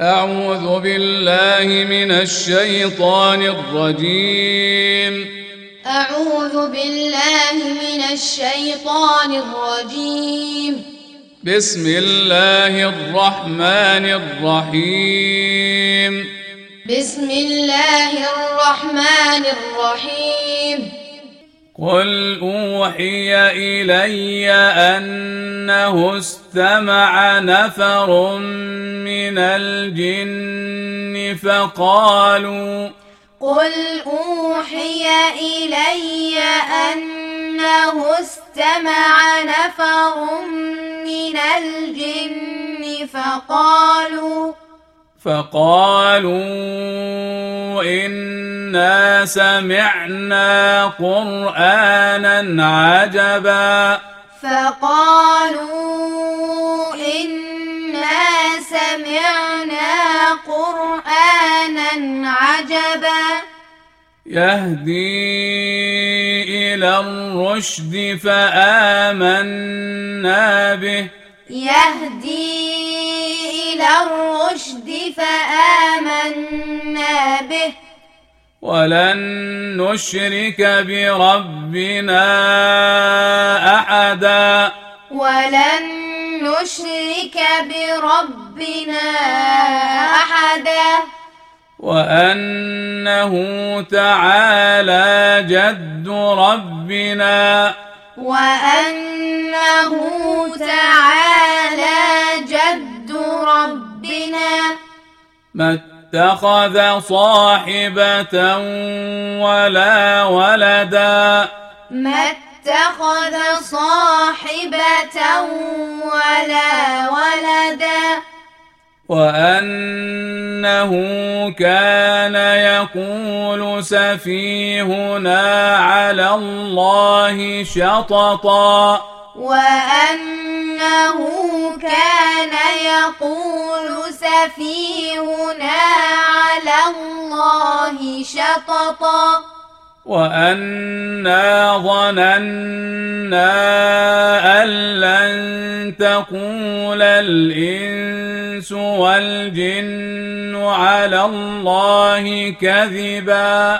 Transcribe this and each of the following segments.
أعوذ بالله من الشيطان الرجيم. أعوذ بالله من الشيطان الرجيم. بسم الله الرحمن الرحيم. بسم الله الرحمن الرحيم. قل أوحي إلي أنه استمع نفر من الجن فقالوا قل أوحي إلي أنه استمع نفر من الجن فقالوا إنا سمعنا قرآنا عجبا يهدي إلى الرشد فآمنا به ولن نشرك بربنا أحدا وأنه تعالى جد ربنا ما اتخذ صاحبة ولا ولدا وأنه كان يقول سفيهنا على الله شططا وأنا ظننا أن لن تقول الإنس والجن على الله كذبا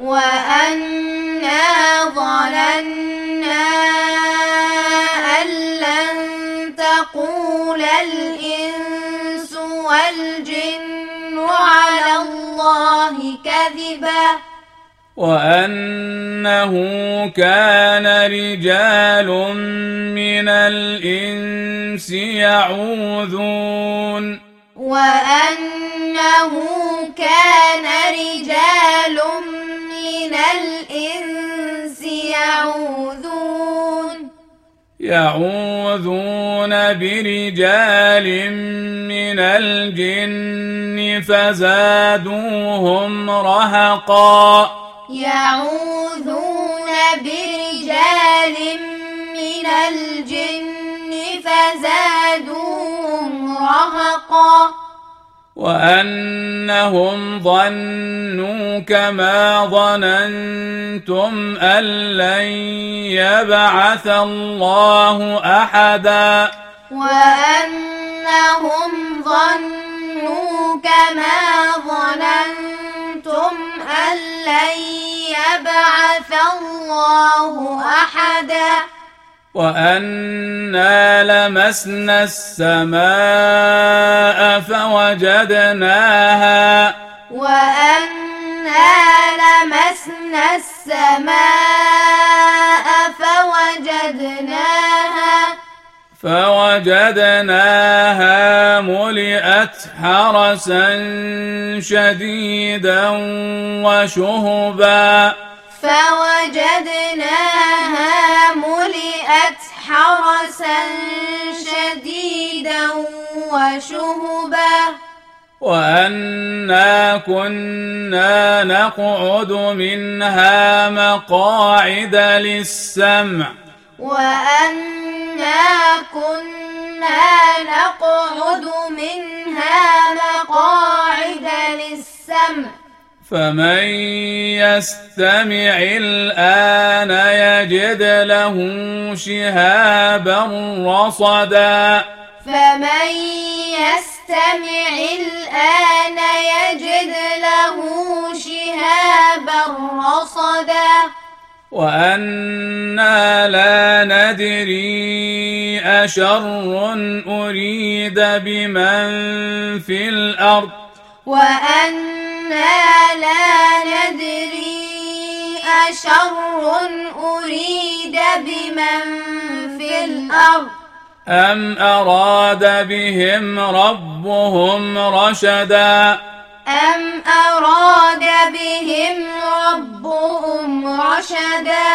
وأنه كان رجال من الإنس يعوذون برجال من الجن فزادوهم رهقا وأنهم ظنوا كما ظننتم أن لن يبعث الله أحدا وأنا لمسنا السماء فوجدناها ملئت حرسا شديدا وشهبا وأنا كنا نقعد منها مقاعد للسمع فمن يستمع الآن يجد له شهابا رصدا فمن يستمع الآن رشدا وأنا لا ندري أشر أريد بمن في الأرض وأنا لا ندري أشر أريد بمن في الأرض أم أراد بهم ربهم رشدا أم أراد بهم ربهم رشدا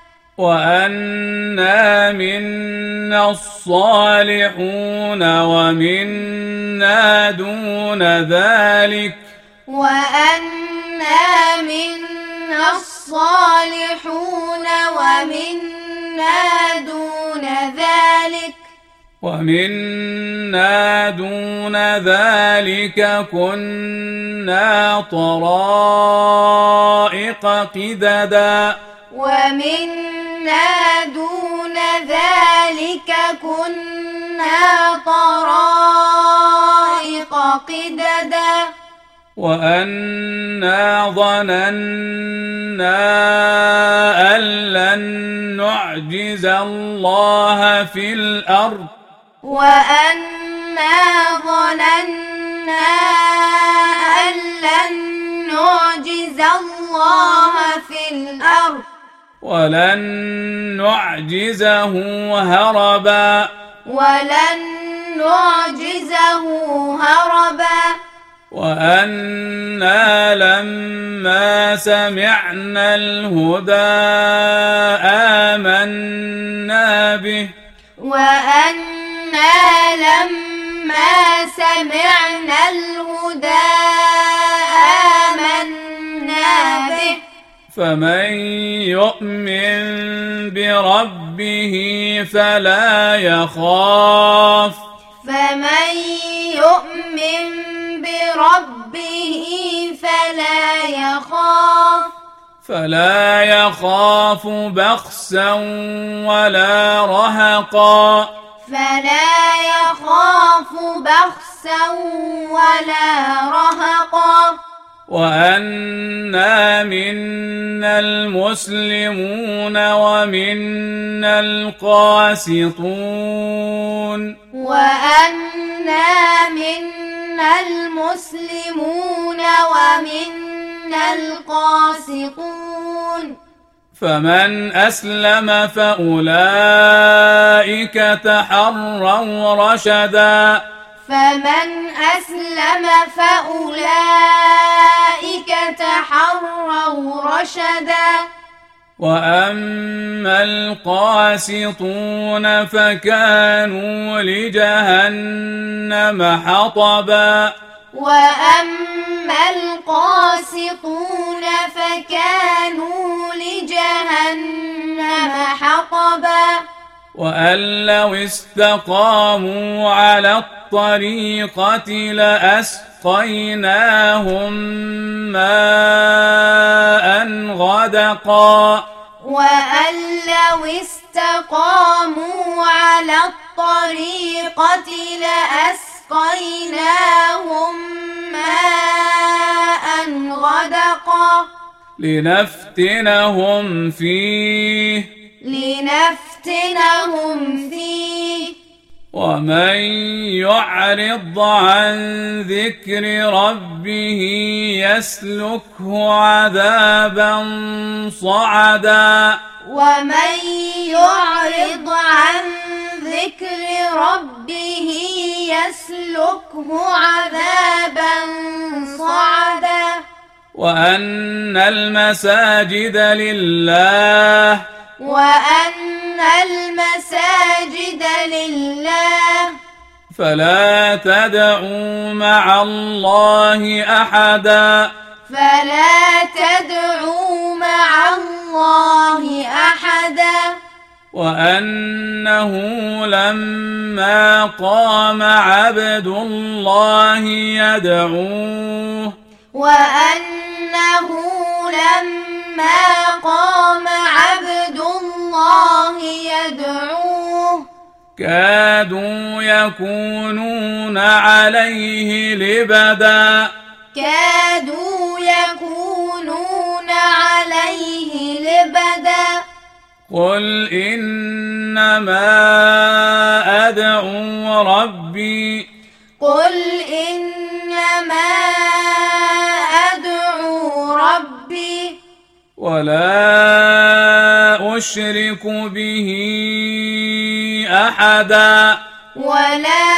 وأنا منا الصالحون ومنا دون ذلك وأنا منا الصالحون ومنا دون ذلك كنا طرائق قددا ومنا دون ذلك كنا طرائق قددا وأنا ظننا أن لن نعجز الله في الأرض وأنا ظننا أن لن نعجز الله في الأرض ولن نعجزه هربا وأنا لما سمعنا الهدى آمنا به وأنا لما سمعنا الهدى آمنا به فمن يؤمن بربه فلا يخاف فلا يخاف بخسا ولا رهقا وأنا منا المسلمون ومنا القاسطون فمن أسلم فأولئك تحروا رشدا وأما القاسطون فكانوا لجهنم حطبا وأن لو استقاموا على الطريقة لأسقيناهم ماء غدقا لنفتنهم فيه ومن يعرض عن ذكر ربه يسلكه عذابا صعدا وأن المساجد لله فلا تدعوا مع الله أحدا وأنه لما قام عبد الله يدعوه كادوا يكونون عليه لبدا عليه لبدا قل إنما أدعو ربي قل إنما أدعو ربي ولا أشرك به أحدا ولا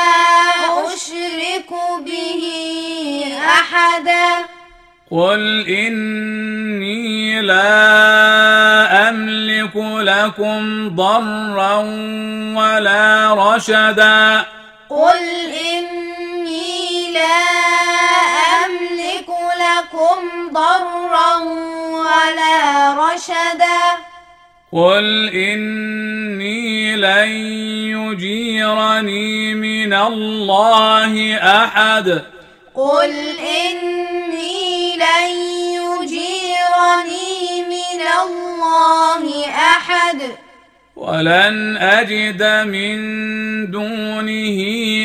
أشرك به أحدا قل إني لا أملك لكم ضرا ولا رشدا قل إني لا أملك لكم ضرا ولا رشدا قل إني لن يجيرني من الله أحد قل إني لن يجيرني من الله أحد ولن أجد من دونه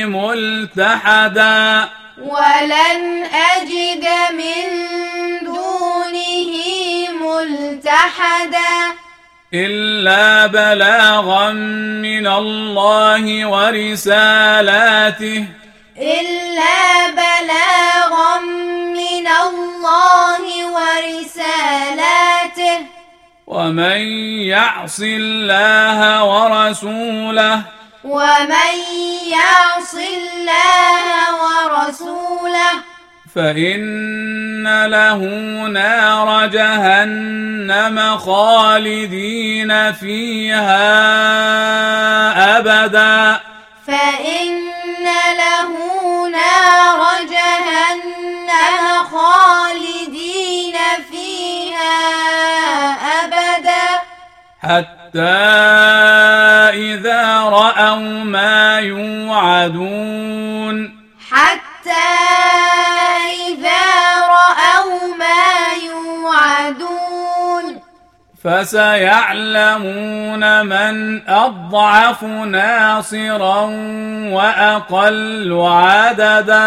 ملتحدا ولن أجد من دونه ملتحدا إلا بلاغا من الله ورسالاته إلا بلاغا من الله ورسالاته ومن يعص الله ورسوله ومن يعص الله ورسوله فإن له نار جهنم خالدين فيها أبدا فإن له نار جهنم خالدين فيها أبدا حتى إذا رأوا ما يوعدون حتى إذا رأوا ما يوعدون فسيعلمون من أضعف ناصرا وأقل عددا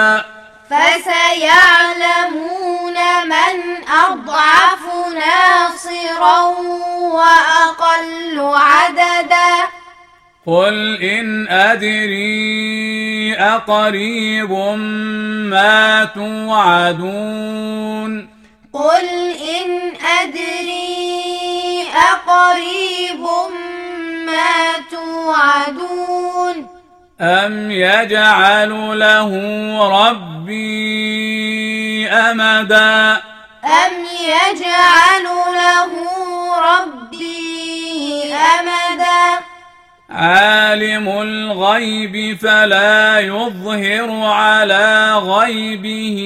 فسيعلمون من أضعف ناصرا وأقل عددا قل إن أدري أقريب ما توعدون قل إن أدري أقريب ما توعدون أم يجعل له ربي أمدا أم يجعل له ربي أمدا عالم الغيب فلا يظهر على غيبه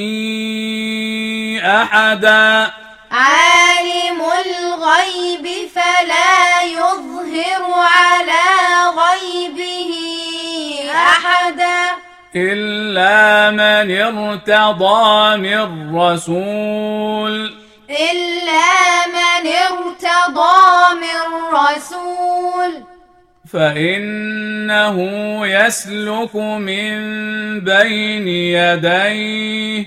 أحدا عالم الغيب فلا يظهر على غيبه أحدا إلا من ارتضى من رسول إلا من ارتضى من رسول فإنه يسلك من بين يديه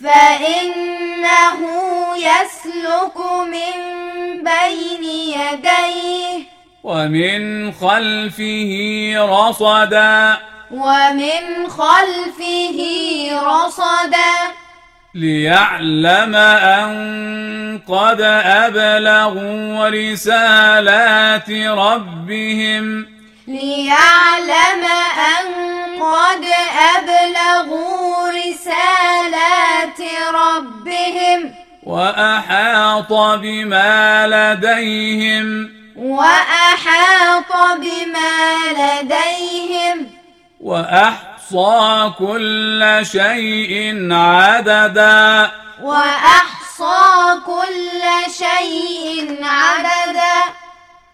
فإنه يسلك من بين يديه ومن خلفه رصدا ومن خلفه رصدا ليعلم أن قد أبلغوا رسالات ربهم ليعلم أن قد أبلغوا رسالات ربهم وأحاط بما لديهم وأحاط بما لديهم وأحصى كل شيء عددا وأحصى كل شيء عددا